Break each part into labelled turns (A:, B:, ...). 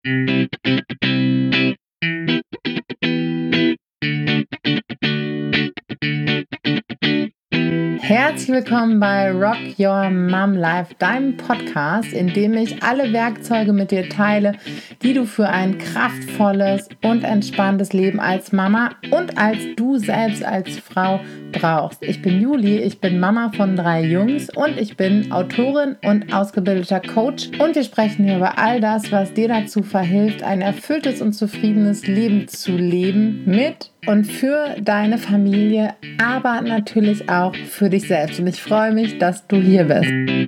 A: Herzlich willkommen bei Rock Your Mom Life, deinem Podcast, in dem ich alle Werkzeuge mit dir teile, die du für ein kraftvolles und entspanntes Leben als Mama und als du selbst als Frau brauchst. Ich bin Juli, ich bin Mama von 3 Jungs und ich bin Autorin und ausgebildeter Coach. Und wir sprechen hier über all das, was dir dazu verhilft, ein erfülltes und zufriedenes Leben zu leben mit und für deine Familie, aber natürlich auch für dich selbst. Und ich freue mich, dass du hier bist.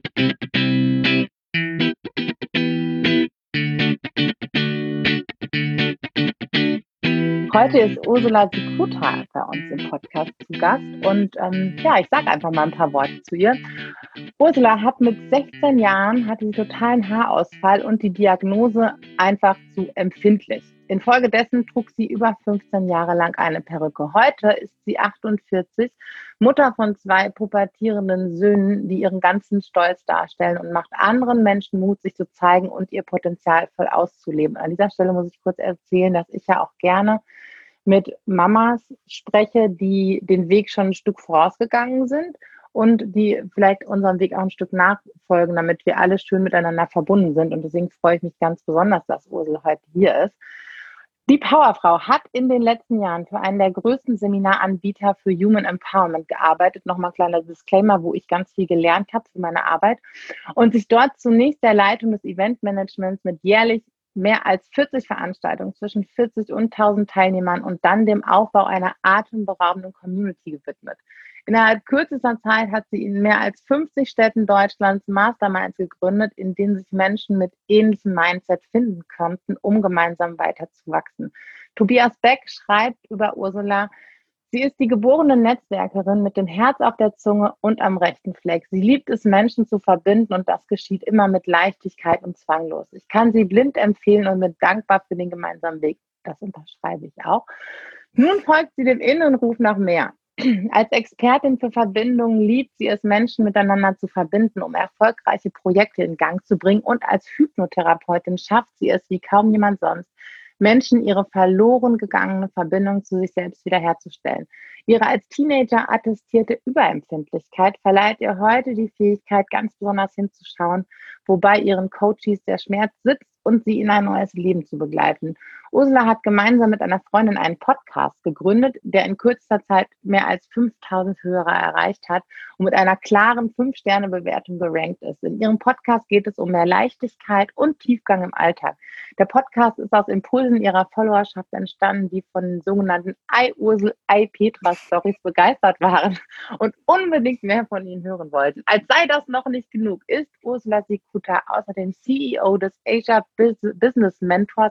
A: Heute ist Ursula Sikuta bei uns im Podcast zu Gast und ich sage einfach mal ein paar Worte zu ihr. Ursula hat mit 16 Jahren hatte sie totalen Haarausfall und die Diagnose einfach zu empfindlich. Infolgedessen trug sie über 15 Jahre lang eine Perücke. Heute ist sie 48, Mutter von 2 pubertierenden Söhnen, die ihren ganzen Stolz darstellen und macht anderen Menschen Mut, sich zu zeigen und ihr Potenzial voll auszuleben. An dieser Stelle muss ich kurz erzählen, dass ich ja auch gerne mit Mamas spreche, die den Weg schon ein Stück vorausgegangen sind und die vielleicht unserem Weg auch ein Stück nachfolgen, damit wir alle schön miteinander verbunden sind. Und deswegen freue ich mich ganz besonders, dass Ursula heute hier ist. Die Powerfrau hat in den letzten Jahren für einen der größten Seminaranbieter für Human Empowerment gearbeitet. Nochmal ein kleiner Disclaimer, wo ich ganz viel gelernt habe für meine Arbeit. Und sich dort zunächst der Leitung des Eventmanagements mit jährlich mehr als 40 Veranstaltungen zwischen 40 und 1000 Teilnehmern und dann dem Aufbau einer atemberaubenden Community gewidmet. Innerhalb kürzester Zeit hat sie in mehr als 50 Städten Deutschlands Masterminds gegründet, in denen sich Menschen mit ähnlichem Mindset finden konnten, um gemeinsam weiterzuwachsen. Tobias Beck schreibt über Ursula: Sie ist die geborene Netzwerkerin mit dem Herz auf der Zunge und am rechten Fleck. Sie liebt es, Menschen zu verbinden und das geschieht immer mit Leichtigkeit und zwanglos. Ich kann sie blind empfehlen und bin dankbar für den gemeinsamen Weg. Das unterschreibe ich auch. Nun folgt sie dem inneren Ruf nach mehr. Als Expertin für Verbindungen liebt sie es, Menschen miteinander zu verbinden, um erfolgreiche Projekte in Gang zu bringen. Und als Hypnotherapeutin schafft sie es wie kaum jemand sonst, Menschen ihre verloren gegangene Verbindung zu sich selbst wiederherzustellen. Ihre als Teenager attestierte Überempfindlichkeit verleiht ihr heute die Fähigkeit, ganz besonders hinzuschauen, wo bei ihren Coaches der Schmerz sitzt und sie in ein neues Leben zu begleiten. Ursula hat gemeinsam mit einer Freundin einen Podcast gegründet, der in kürzester Zeit mehr als 5000 Hörer erreicht hat und mit einer klaren 5-Sterne-Bewertung gerankt ist. In ihrem Podcast geht es um mehr Leichtigkeit und Tiefgang im Alltag. Der Podcast ist aus Impulsen ihrer Followerschaft entstanden, die von den sogenannten I-Ursel, I-Petra-Stories begeistert waren und unbedingt mehr von ihnen hören wollten. Als sei das noch nicht genug, ist Ursula Sikuta außerdem CEO des Asia Business Mentors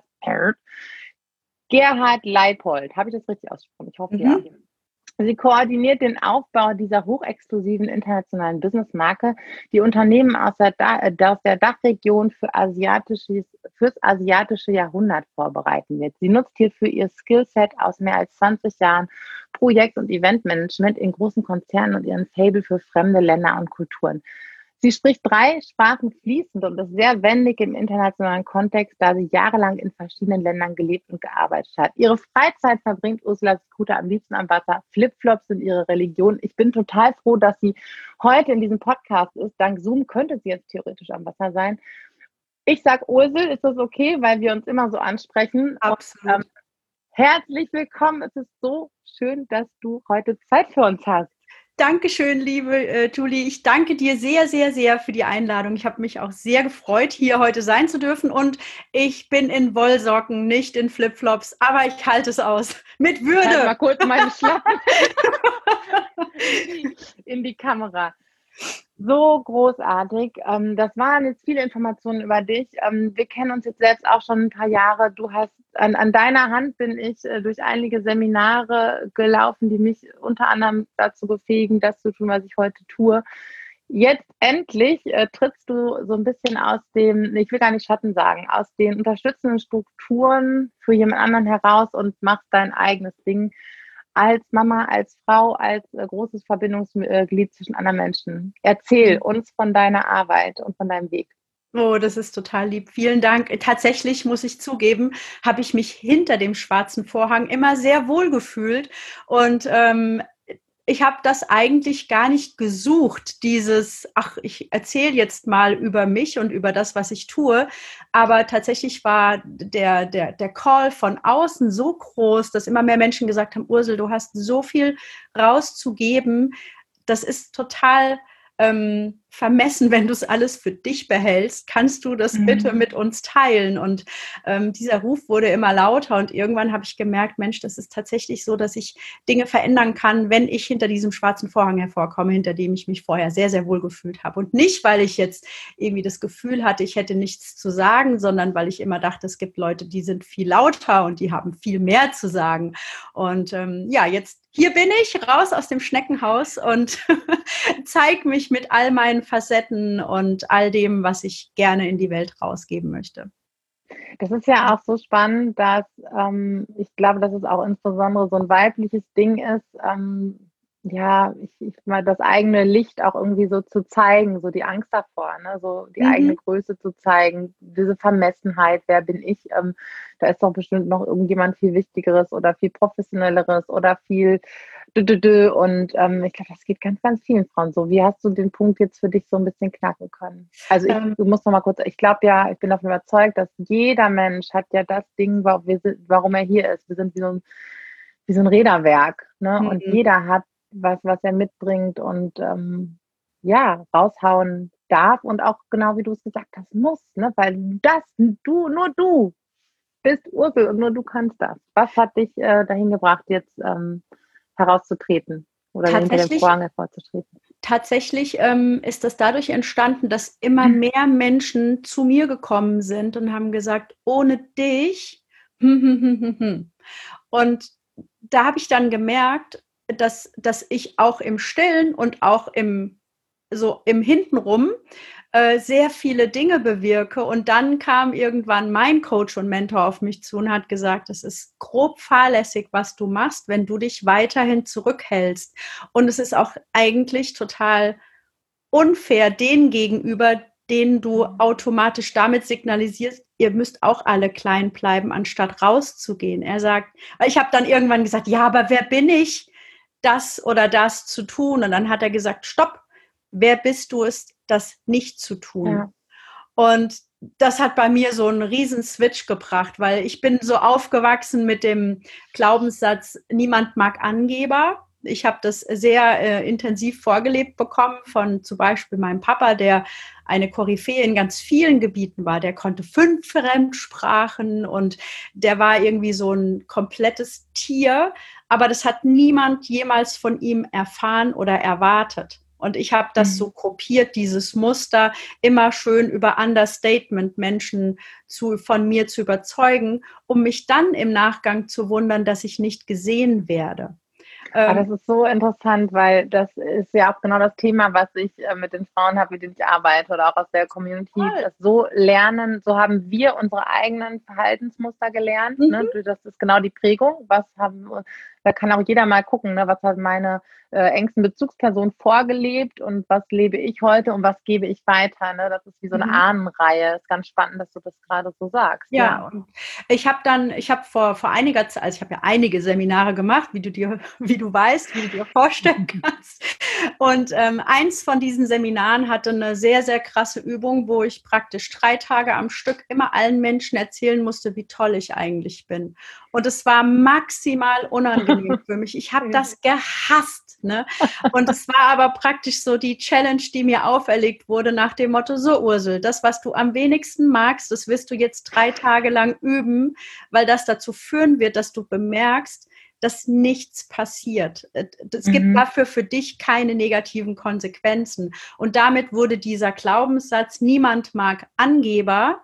A: Gerhard Leipold. Habe ich das richtig ausgesprochen? Ich hoffe, ja. Sie koordiniert den Aufbau dieser hochexklusiven internationalen Businessmarke, die Unternehmen aus der Dachregion fürs asiatische Jahrhundert vorbereiten wird. Sie nutzt hierfür ihr Skillset aus mehr als 20 Jahren Projekt- und Eventmanagement in großen Konzernen und ihren Faible für fremde Länder und Kulturen. Sie spricht 3 Sprachen fließend und ist sehr wendig im internationalen Kontext, da sie jahrelang in verschiedenen Ländern gelebt und gearbeitet hat. Ihre Freizeit verbringt Ursula Sikuta am liebsten am Wasser. Flipflops sind ihre Religion. Ich bin total froh, dass sie heute in diesem Podcast ist. Dank Zoom könnte sie jetzt theoretisch am Wasser sein. Ich sage Ursel, ist das okay, weil wir uns immer so ansprechen?
B: Absolut.
A: Und, herzlich willkommen. Es ist so schön, dass du heute Zeit für uns hast.
B: Dankeschön, liebe Julie. Ich danke dir sehr, sehr, sehr für die Einladung. Ich habe mich auch sehr gefreut, hier heute sein zu dürfen. Und ich bin in Wollsocken, nicht in Flipflops, aber ich halte es aus. Mit Würde.
A: Halt mal kurz meine Schlappen in die Kamera. So großartig. Das waren jetzt viele Informationen über dich. Wir kennen uns jetzt selbst auch schon ein paar Jahre. Du hast an deiner Hand bin ich durch einige Seminare gelaufen, die mich unter anderem dazu befähigen, das zu tun, was ich heute tue. Jetzt endlich trittst du so ein bisschen aus dem, ich will gar nicht Schatten sagen, aus den unterstützenden Strukturen für jemand anderen heraus und machst dein eigenes Ding als Mama, als Frau, als großes Verbindungsglied zwischen anderen Menschen. Erzähl uns von deiner Arbeit und von deinem Weg.
B: Oh, das ist total lieb. Vielen Dank. Tatsächlich muss ich zugeben, habe ich mich hinter dem schwarzen Vorhang immer sehr wohl gefühlt. Und ich habe das eigentlich gar nicht gesucht, ach, ich erzähle jetzt mal über mich und über das, was ich tue. Aber tatsächlich war der Call von außen so groß, dass immer mehr Menschen gesagt haben, Ursel, du hast so viel rauszugeben. Das ist total vermessen, wenn du es alles für dich behältst. Kannst du das bitte mit uns teilen? Und dieser Ruf wurde immer lauter und irgendwann habe ich gemerkt, Mensch, das ist tatsächlich so, dass ich Dinge verändern kann, wenn ich hinter diesem schwarzen Vorhang hervorkomme, hinter dem ich mich vorher sehr, sehr wohl gefühlt habe. Und nicht, weil ich jetzt irgendwie das Gefühl hatte, ich hätte nichts zu sagen, sondern weil ich immer dachte, es gibt Leute, die sind viel lauter und die haben viel mehr zu sagen. Und jetzt hier bin ich, raus aus dem Schneckenhaus und zeige mich mit all meinen Facetten und all dem, was ich gerne in die Welt rausgeben möchte.
A: Das ist ja auch so spannend, dass ich glaube, dass es auch insbesondere so ein weibliches Ding ist, ich mal das eigene Licht auch irgendwie so zu zeigen, so die Angst davor, ne? So die eigene Größe zu zeigen, diese Vermessenheit, wer bin ich? Da ist doch bestimmt noch irgendjemand viel Wichtigeres oder viel Professionelleres oder viel und ich glaube, das geht ganz, ganz vielen Frauen so. Wie hast du den Punkt jetzt für dich so ein bisschen knacken können? Also du musst noch mal kurz, ich glaube ja, ich bin davon überzeugt, dass jeder Mensch hat ja das Ding, warum er hier ist. Wir sind wie so ein Räderwerk, ne? Und jeder hat was er mitbringt und raushauen darf und auch genau wie du es gesagt hast, muss, ne? Weil nur du bist Ursel und nur du kannst das. Was hat dich dahin gebracht, jetzt herauszutreten oder hinter dem Vorhang hervorzutreten?
B: Tatsächlich ist das dadurch entstanden, dass immer mehr Menschen zu mir gekommen sind und haben gesagt, ohne dich. Und da habe ich dann gemerkt, dass ich auch im Stillen und auch im Hintenrum sehr viele Dinge bewirke. Und dann kam irgendwann mein Coach und Mentor auf mich zu und hat gesagt, es ist grob fahrlässig, was du machst, wenn du dich weiterhin zurückhältst. Und es ist auch eigentlich total unfair denen gegenüber, denen du automatisch damit signalisierst, ihr müsst auch alle klein bleiben, anstatt rauszugehen. Er sagt, ich habe dann irgendwann gesagt, ja, aber wer bin ich, das oder das zu tun? Und dann hat er gesagt, stopp, wer bist du es, das nicht zu tun? Ja. Und das hat bei mir so einen riesen Switch gebracht, weil ich bin so aufgewachsen mit dem Glaubenssatz, niemand mag Angeber. Ich habe das sehr intensiv vorgelebt bekommen von zum Beispiel meinem Papa, der eine Koryphäe in ganz vielen Gebieten war. Der konnte 5 Fremdsprachen und der war irgendwie so ein komplettes Tier. Aber das hat niemand jemals von ihm erfahren oder erwartet. Und ich habe das so kopiert, dieses Muster, immer schön über Understatement Menschen von mir zu überzeugen, um mich dann im Nachgang zu wundern, dass ich nicht gesehen werde.
A: Aber das ist so interessant, weil das ist ja auch genau das Thema, was ich mit den Frauen habe, mit denen ich arbeite oder auch aus der Community. Das so lernen, so haben wir unsere eigenen Verhaltensmuster gelernt. Ne? Das ist genau die Prägung. Da kann auch jeder mal gucken, ne? Was hat meine engsten Bezugsperson vorgelebt und was lebe ich heute und was gebe ich weiter. Ne? Das ist wie so eine Ahnenreihe. Ist ganz spannend, dass du das gerade so sagst.
B: Ja, und ich habe vor einiger Zeit, also ich habe ja einige Seminare gemacht, wie du weißt, wie du dir vorstellen kannst. Und eins von diesen Seminaren hatte eine sehr, sehr krasse Übung, wo ich praktisch 3 Tage am Stück immer allen Menschen erzählen musste, wie toll ich eigentlich bin. Und es war maximal unangenehm für mich. Ich habe das gehasst. Ne? Und es war aber praktisch so die Challenge, die mir auferlegt wurde nach dem Motto, so Ursel, das, was du am wenigsten magst, das wirst du jetzt 3 Tage lang üben, weil das dazu führen wird, dass du bemerkst, dass nichts passiert. Es gibt dafür für dich keine negativen Konsequenzen. Und damit wurde dieser Glaubenssatz, niemand mag Angeber,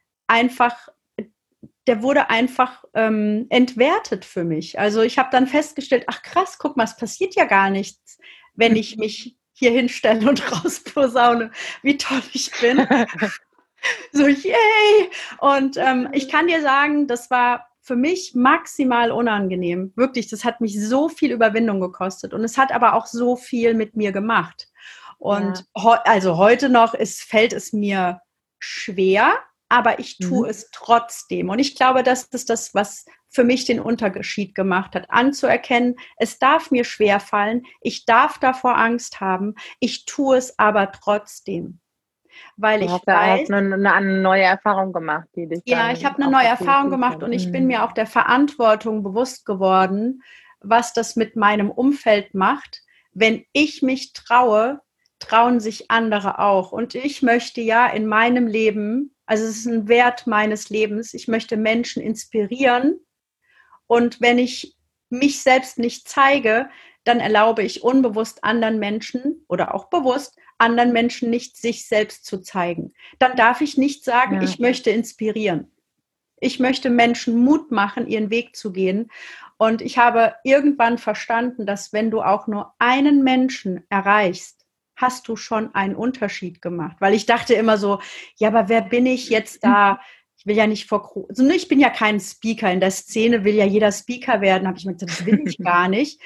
B: der wurde einfach entwertet für mich. Also ich habe dann festgestellt, ach krass, guck mal, es passiert ja gar nichts, wenn ich mich hier hinstelle und rausposaune, wie toll ich bin. So, yay! Und ich kann dir sagen, das war für mich maximal unangenehm. Wirklich, das hat mich so viel Überwindung gekostet. Und es hat aber auch so viel mit mir gemacht. Und also heute noch fällt es mir schwer, aber ich tue es trotzdem. Und ich glaube, das ist das, was für mich den Unterschied gemacht hat, anzuerkennen, es darf mir schwerfallen, ich darf davor Angst haben, ich tue es aber trotzdem. Weil
A: Du
B: ich
A: hast
B: weiß,
A: eine neue Erfahrung gemacht, die dich
B: ja, ich
A: dann
B: habe eine
A: auch
B: neue
A: dazu
B: Erfahrung
A: geführt
B: gemacht
A: hat.
B: und ich bin mir auch der Verantwortung bewusst geworden, was das mit meinem Umfeld macht. Wenn ich mich traue, trauen sich andere auch. Und ich möchte ja in meinem Leben, also es ist ein Wert meines Lebens, ich möchte Menschen inspirieren. Und wenn ich mich selbst nicht zeige, dann erlaube ich unbewusst anderen Menschen oder auch bewusst anderen Menschen nicht, sich selbst zu zeigen. Dann darf ich nicht sagen,
A: Ja.
B: ich möchte inspirieren. Ich möchte Menschen Mut machen, ihren Weg zu gehen. Und ich habe irgendwann verstanden, dass wenn du auch nur einen Menschen erreichst, hast du schon einen Unterschied gemacht. Weil ich dachte immer so, ja, aber wer bin ich jetzt da? Ich will ja nicht also ich bin ja kein Speaker. In der Szene will ja jeder Speaker werden. Habe ich mir gedacht, das will ich gar nicht.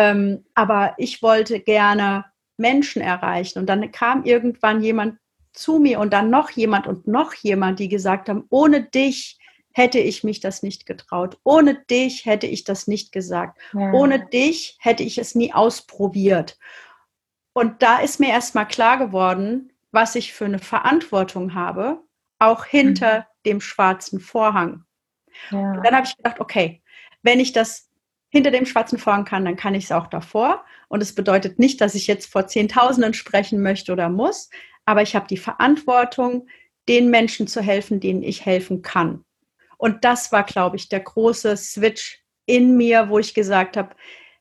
B: Aber ich wollte gerne Menschen erreichen. Und dann kam irgendwann jemand zu mir und dann noch jemand, die gesagt haben, ohne dich hätte ich mich das nicht getraut. Ohne dich hätte ich das nicht gesagt.
A: Ja.
B: Ohne dich hätte ich es nie ausprobiert. Und da ist mir erstmal klar geworden, was ich für eine Verantwortung habe, auch hinter dem schwarzen Vorhang.
A: Ja.
B: Und dann habe ich gedacht, okay, wenn ich das hinter dem schwarzen Vorhang kann, dann kann ich es auch davor. Und es bedeutet nicht, dass ich jetzt vor Zehntausenden sprechen möchte oder muss, aber ich habe die Verantwortung, den Menschen zu helfen, denen ich helfen kann. Und das war, glaube ich, der große Switch in mir, wo ich gesagt habe,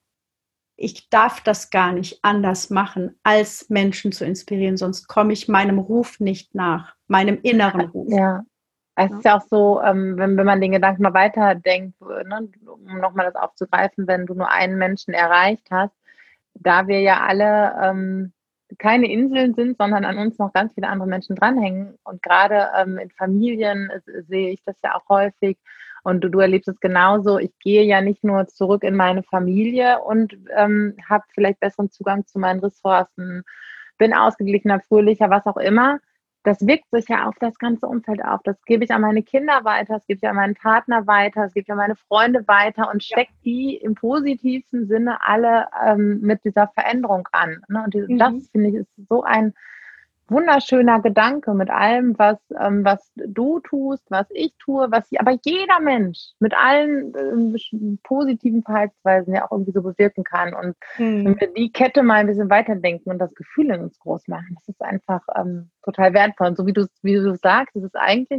B: ich darf das gar nicht anders machen, als Menschen zu inspirieren, sonst komme ich meinem Ruf nicht nach, meinem inneren Ruf.
A: Ja. Es ist ja auch so, wenn man den Gedanken mal weiterdenkt, ne, um nochmal das aufzugreifen, wenn du nur einen Menschen erreicht hast, da wir ja alle keine Inseln sind, sondern an uns noch ganz viele andere Menschen dranhängen. Und gerade in Familien sehe ich das ja auch häufig. Und du erlebst es genauso. Ich gehe ja nicht nur zurück in meine Familie und habe vielleicht besseren Zugang zu meinen Ressourcen, bin ausgeglichener, fröhlicher, was auch immer. Das wirkt sich ja auf das ganze Umfeld auf. Das gebe ich an meine Kinder weiter, das gebe ich an meinen Partner weiter, das gebe ich an meine Freunde weiter und stecke die im positivsten Sinne alle mit dieser Veränderung an. Ne? Und das, finde ich, ist so ein wunderschöner Gedanke mit allem, was du tust, was ich tue, aber jeder Mensch mit allen positiven Verhaltensweisen ja auch irgendwie so bewirken kann. Und wenn wir die Kette mal ein bisschen weiterdenken und das Gefühl in uns groß machen, das ist einfach total wertvoll. Und so wie du sagst, es ist eigentlich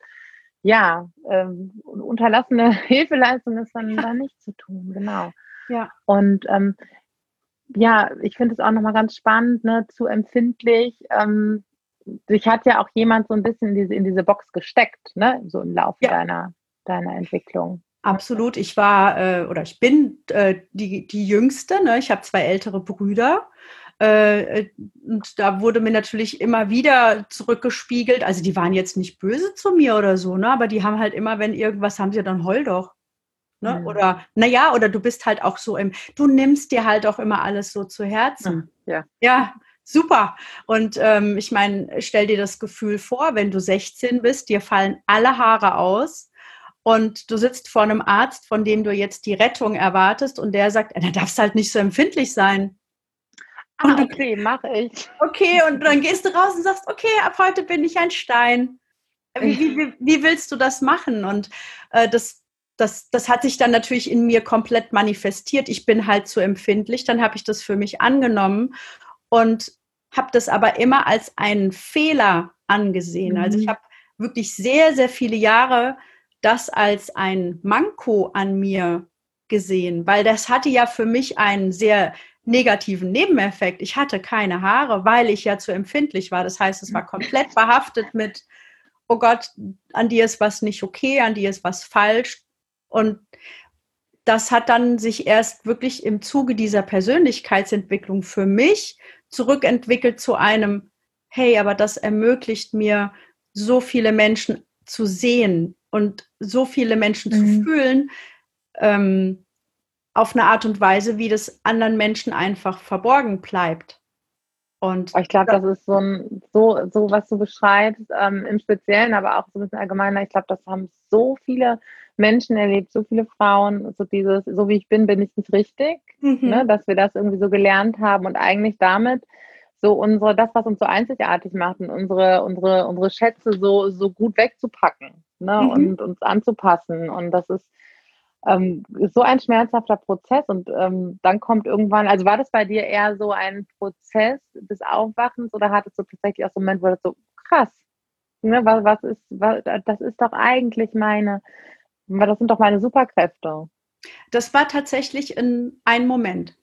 A: unterlassene Hilfeleistung ist dann da nicht zu tun, genau.
B: Ja.
A: Und ich finde es auch nochmal ganz spannend, ne, zu empfindlich. Dich hat ja auch jemand so ein bisschen in diese Box gesteckt, ne, so im Laufe deiner Entwicklung.
B: Absolut. Ich war ich bin die Jüngste. Ne? Ich habe 2 ältere Brüder. Und da wurde mir natürlich immer wieder zurückgespiegelt. Also die waren jetzt nicht böse zu mir oder so, ne? Aber die haben halt immer, wenn irgendwas haben sie, dann heul doch. Ne? Oder oder du bist halt auch so du nimmst dir halt auch immer alles so zu Herzen. Ja, super. Und ich meine, stell dir das Gefühl vor, wenn du 16 bist, dir fallen alle Haare aus und du sitzt vor einem Arzt, von dem du jetzt die Rettung erwartest und der sagt, da darfst halt nicht so empfindlich sein.
A: Okay, mache ich.
B: Okay, und dann gehst du raus und sagst, okay, ab heute bin ich ein Stein. Wie willst du das machen? Und das hat sich dann natürlich in mir komplett manifestiert. Ich bin halt zu empfindlich. Dann habe ich das für mich angenommen und habe das aber immer als einen Fehler angesehen. Also ich habe wirklich sehr, sehr viele Jahre das als ein Manko an mir gesehen, weil das hatte ja für mich einen sehr negativen Nebeneffekt. Ich hatte keine Haare, weil ich ja zu empfindlich war. Das heißt, es war komplett behaftet mit, oh Gott, an dir ist was nicht okay, an dir ist was falsch. Und das hat dann sich erst wirklich im Zuge dieser Persönlichkeitsentwicklung für mich zurückentwickelt zu einem, hey, aber das ermöglicht mir, so viele Menschen zu sehen und so viele Menschen zu fühlen, auf eine Art und Weise, wie das anderen Menschen einfach verborgen bleibt. Und
A: Ich glaube, das ist so, was du beschreibst, im Speziellen, aber auch so ein bisschen allgemeiner. Ich glaube, das haben so viele Menschen erlebt, so viele Frauen, so dieses, so wie ich bin ich nicht richtig, ne, dass wir das irgendwie so gelernt haben und eigentlich damit so das, was uns so einzigartig macht und unsere Schätze so gut wegzupacken, ne,
B: mhm.
A: und uns anzupassen. Und das ist so ein schmerzhafter Prozess und dann kommt irgendwann, also war das bei dir eher so ein Prozess des Aufwachens oder hattest du tatsächlich auch so einen Moment, wo das so krass, ne, das ist doch eigentlich das sind doch meine Superkräfte.
B: Das war tatsächlich in einem Moment,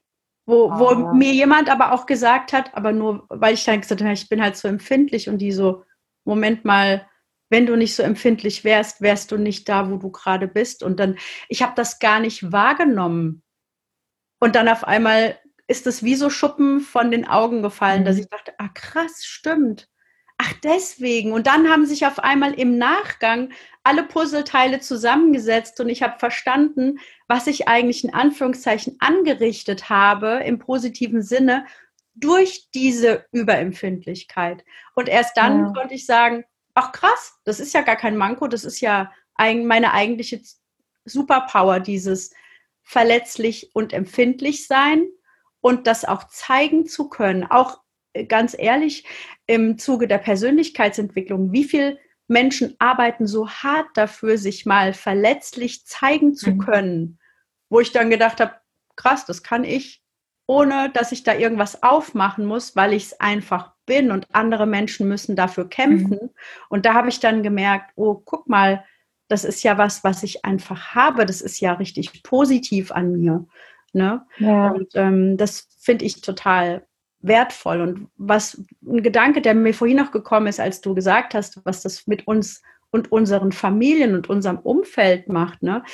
B: wo
A: Ah,
B: mir jemand aber auch gesagt hat, aber nur, weil ich dann gesagt habe, ich bin halt so empfindlich und die so, Moment mal, wenn du nicht so empfindlich wärst, wärst du nicht da, wo du gerade bist. Und dann, ich habe das gar nicht wahrgenommen. Und dann auf einmal ist es wie so Schuppen von den Augen gefallen, dass
A: mhm.
B: ich dachte, ah krass, stimmt. Ach, deswegen. Und dann haben sich auf einmal im Nachgang alle Puzzleteile zusammengesetzt und ich habe verstanden, was ich eigentlich in Anführungszeichen angerichtet habe im positiven Sinne durch diese Überempfindlichkeit. Und erst dann
A: Ja.
B: konnte ich sagen, ach krass, das ist ja gar kein Manko, das ist ja meine eigentliche Superpower, dieses verletzlich und empfindlich sein und das auch zeigen zu können. Auch ganz ehrlich, im Zuge der Persönlichkeitsentwicklung, wie viele Menschen arbeiten so hart dafür, sich mal verletzlich zeigen zu
A: Mhm.
B: können, wo ich dann gedacht habe, krass, das kann ich, ohne dass ich da irgendwas aufmachen muss, weil ich es einfach bin und andere Menschen müssen dafür
A: Mhm.
B: kämpfen. Und da habe ich dann gemerkt, oh, guck mal, das ist ja was ich einfach habe. Das ist ja richtig positiv an mir. Ne?
A: Ja.
B: Und das finde ich total wertvoll. Und was ein Gedanke, der mir vorhin noch gekommen ist, als du gesagt hast, was das mit uns und unseren Familien und unserem Umfeld macht, ne?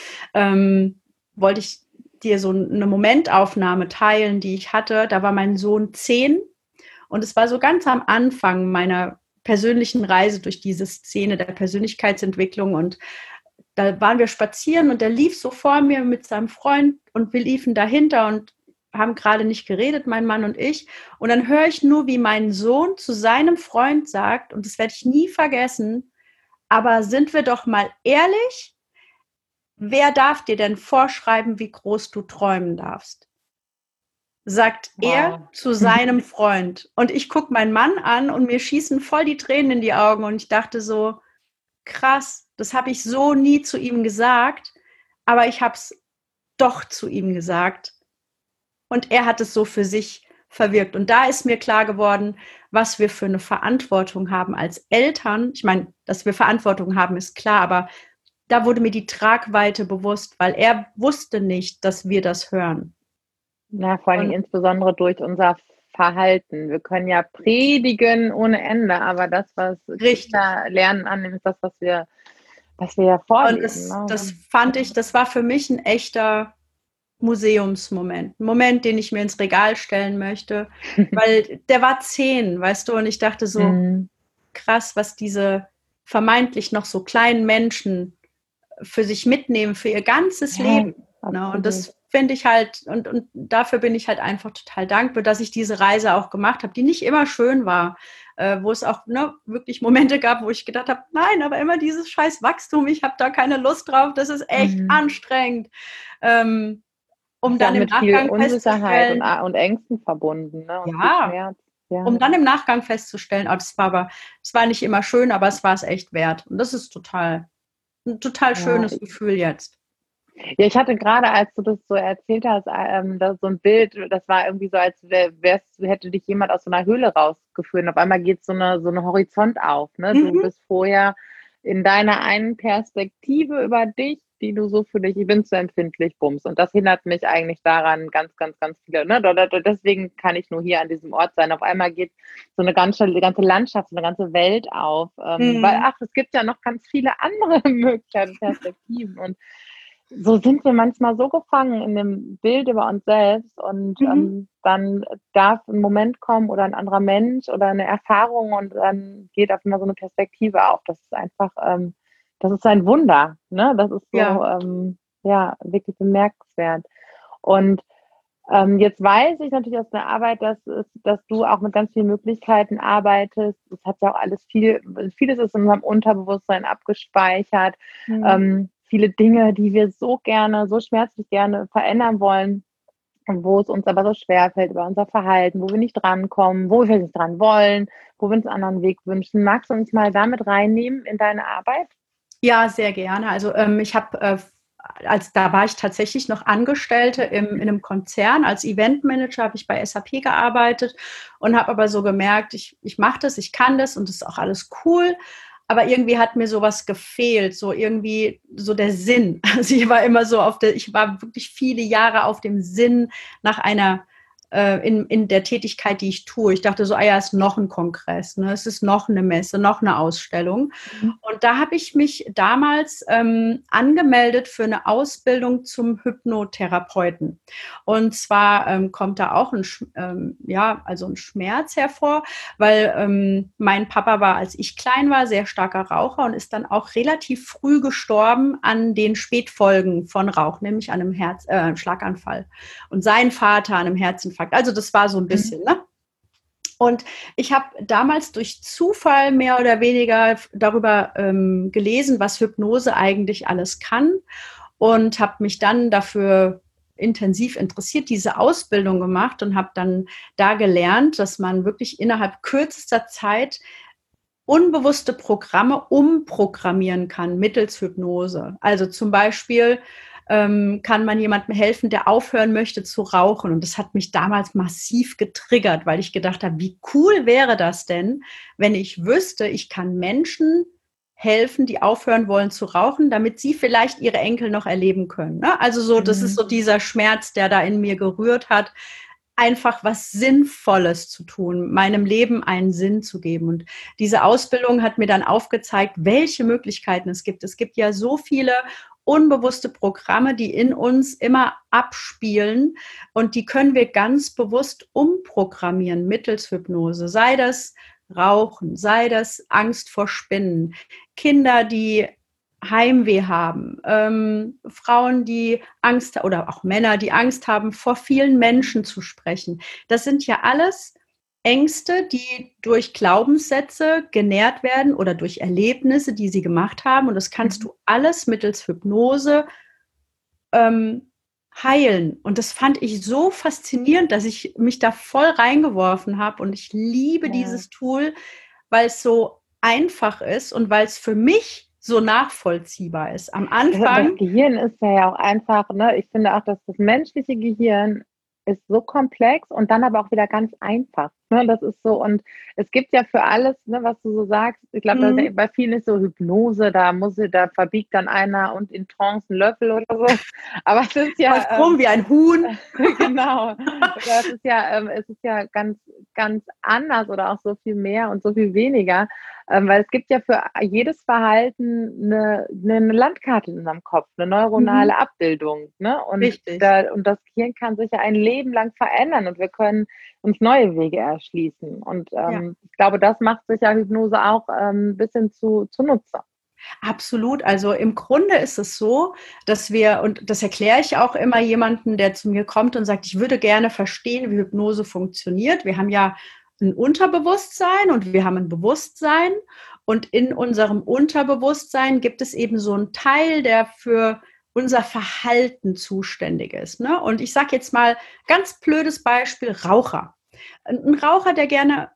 B: Wollte ich dir so eine Momentaufnahme teilen, die ich hatte. Da war mein Sohn 10 und es war so ganz am Anfang meiner persönlichen Reise durch diese Szene der Persönlichkeitsentwicklung und da waren wir spazieren und der lief so vor mir mit seinem Freund und wir liefen dahinter und haben gerade nicht geredet, mein Mann und ich. Und dann höre ich nur, wie mein Sohn zu seinem Freund sagt, und das werde ich nie vergessen, aber sind wir doch mal ehrlich, wer darf dir denn vorschreiben, wie groß du träumen darfst? Sagt er
A: Wow.
B: zu seinem Freund. Und ich gucke meinen Mann an und mir schießen voll die Tränen in die Augen und ich dachte so, krass, das habe ich so nie zu ihm gesagt, aber ich habe es doch zu ihm gesagt. Und er hat es so für sich verwirkt. Und da ist mir klar geworden, was wir für eine Verantwortung haben als Eltern. Ich meine, dass wir Verantwortung haben, ist klar, aber da wurde mir die Tragweite bewusst, weil er wusste nicht, dass wir das hören.
A: Ja, vor allen Dingen
B: Und
A: insbesondere durch unser Verhalten. Wir können ja predigen ohne Ende, aber das, was
B: richtig.
A: Kinder lernen annehmen, ist das, was wir ja
B: Und
A: vorleben.
B: das
A: Ne?
B: fand ich, das war für mich ein echter Museumsmoment. Ein Moment, den ich mir ins Regal stellen möchte, weil der war 10, weißt du, und ich dachte so,
A: Mhm.
B: krass, was diese vermeintlich noch so kleinen Menschen für sich mitnehmen, für ihr ganzes
A: Ja,
B: Leben. Ne? Und
A: absolut.
B: das finde ich halt, und dafür bin ich halt einfach total dankbar, dass ich diese Reise auch gemacht habe, die nicht immer schön war, wo es auch wirklich Momente gab, wo ich gedacht habe, nein, aber immer dieses scheiß Wachstum, ich habe da keine Lust drauf, das ist echt
A: Mhm.
B: anstrengend. Ähm, um
A: Ist ja auch
B: dann im
A: mit viel
B: Nachgang
A: Unsicherheit
B: festzustellen,
A: und Ängsten verbunden, ne? Und viel
B: ja,
A: Schmerz. Ja,
B: um dann im Nachgang festzustellen, es war nicht immer schön, aber es war es echt wert. Und das ist ein total
A: ja.
B: schönes Gefühl jetzt.
A: Ja, ich hatte gerade, als du das so erzählt hast, da so ein Bild, das war irgendwie so, als hätte dich jemand aus so einer Höhle rausgeführt. Und auf einmal geht so eine Horizont auf, ne? Du
B: Mhm.
A: bist vorher in deiner einen Perspektive über dich, die du so für dich, ich bin zu empfindlich, Bums. Und das hindert mich eigentlich daran, ganz, ganz, ganz viele, ne? Deswegen kann ich nur hier an diesem Ort sein. Auf einmal geht so eine ganze Landschaft, so eine ganze Welt auf. Weil,
B: Mhm.
A: ach, es gibt ja noch ganz viele andere Möglichkeiten, Perspektiven. Und so sind wir manchmal so gefangen in dem Bild über uns selbst und
B: Mhm.
A: dann darf ein Moment kommen oder ein anderer Mensch oder eine Erfahrung und dann geht auf einmal so eine Perspektive auf. Das ist einfach, das ist ein Wunder, ne? Das ist so,
B: Ja.
A: ja, wirklich bemerkenswert. Und Jetzt weiß ich natürlich aus der Arbeit, dass du auch mit ganz vielen Möglichkeiten arbeitest. Es hat ja auch vieles ist in unserem Unterbewusstsein abgespeichert.
B: Mhm.
A: Viele Dinge, die wir so gerne, so schmerzlich gerne verändern wollen, und wo es uns aber so schwerfällt über unser Verhalten, wo wir nicht drankommen, wo wir nicht dran wollen, wo wir uns einen anderen Weg wünschen. Magst du uns mal damit reinnehmen in deine Arbeit?
B: Ja, sehr gerne. Also ich habe, da war ich tatsächlich noch Angestellte in einem Konzern. Als Eventmanager habe ich bei SAP gearbeitet und habe aber so gemerkt, ich mache das, ich kann das und das ist auch alles cool. Aber irgendwie hat mir sowas gefehlt, so irgendwie so der Sinn. Also ich war wirklich viele Jahre auf dem Sinn nach einer in der Tätigkeit, die ich tue. Ich dachte so, ja, es ist noch ein Kongress, ne? Es ist noch eine Messe, noch eine Ausstellung.
A: Mhm.
B: Und da habe ich mich damals angemeldet für eine Ausbildung zum Hypnotherapeuten. Und zwar kommt da auch also ein Schmerz hervor, weil mein Papa war, als ich klein war, sehr starker Raucher und ist dann auch relativ früh gestorben an den Spätfolgen von Rauch, nämlich an einem Schlaganfall. Und sein Vater an einem Herzinfarkt. Also das war so ein bisschen, ne? Und ich habe damals durch Zufall mehr oder weniger darüber gelesen, was Hypnose eigentlich alles kann und habe mich dann dafür intensiv interessiert, diese Ausbildung gemacht und habe dann da gelernt, dass man wirklich innerhalb kürzester Zeit unbewusste Programme umprogrammieren kann mittels Hypnose. Also zum Beispiel kann man jemandem helfen, der aufhören möchte zu rauchen. Und das hat mich damals massiv getriggert, weil ich gedacht habe, wie cool wäre das denn, wenn ich wüsste, ich kann Menschen helfen, die aufhören wollen zu rauchen, damit sie vielleicht ihre Enkel noch erleben können. Ne? Also so, das ist so dieser Schmerz, der da in mir gerührt hat, einfach was Sinnvolles zu tun, meinem Leben einen Sinn zu geben. Und diese Ausbildung hat mir dann aufgezeigt, welche Möglichkeiten es gibt. Es gibt ja so viele unbewusste Programme, die in uns immer abspielen und die können wir ganz bewusst umprogrammieren mittels Hypnose. Sei das Rauchen, sei das Angst vor Spinnen, Kinder, die Heimweh haben, Frauen, die Angst oder auch Männer, die Angst haben, vor vielen Menschen zu sprechen. Das sind ja alles Ängste, die durch Glaubenssätze genährt werden oder durch Erlebnisse, die sie gemacht haben. Und das kannst du alles mittels Hypnose heilen. Und das fand ich so faszinierend, dass ich mich da voll reingeworfen habe. Und ich liebe dieses Tool, weil es so einfach ist und weil es für mich so nachvollziehbar ist. Am Anfang.
A: Das Gehirn ist ja auch einfach, ne? Ich finde auch, dass das menschliche Gehirn ist so komplex und dann aber auch wieder ganz einfach. Ne? Das ist so, und es gibt ja für alles, ne, was du so sagst, ich glaube, bei vielen ist so Hypnose, da verbiegt dann einer und in Trance einen Löffel oder so. Aber es ist ja
B: rum wie ein Huhn.
A: genau. Es ist ja ganz, ganz anders oder auch so viel mehr und so viel weniger. Weil es gibt ja für jedes Verhalten eine Landkarte in unserem Kopf, eine neuronale Abbildung. Ne? Und das Gehirn kann sich ja ein Leben lang verändern und wir können uns neue Wege erschließen. Und ich glaube, das macht sich ja Hypnose auch ein bisschen zunutze.
B: Absolut. Also im Grunde ist es so, dass wir, und das erkläre ich auch immer jemandem, der zu mir kommt und sagt, ich würde gerne verstehen, wie Hypnose funktioniert. Wir haben ja ein Unterbewusstsein und wir haben ein Bewusstsein. Und in unserem Unterbewusstsein gibt es eben so einen Teil, der für unser Verhalten zuständig ist. Ne? Und ich sage jetzt mal ganz blödes Beispiel, Raucher. Ein Raucher, der gerne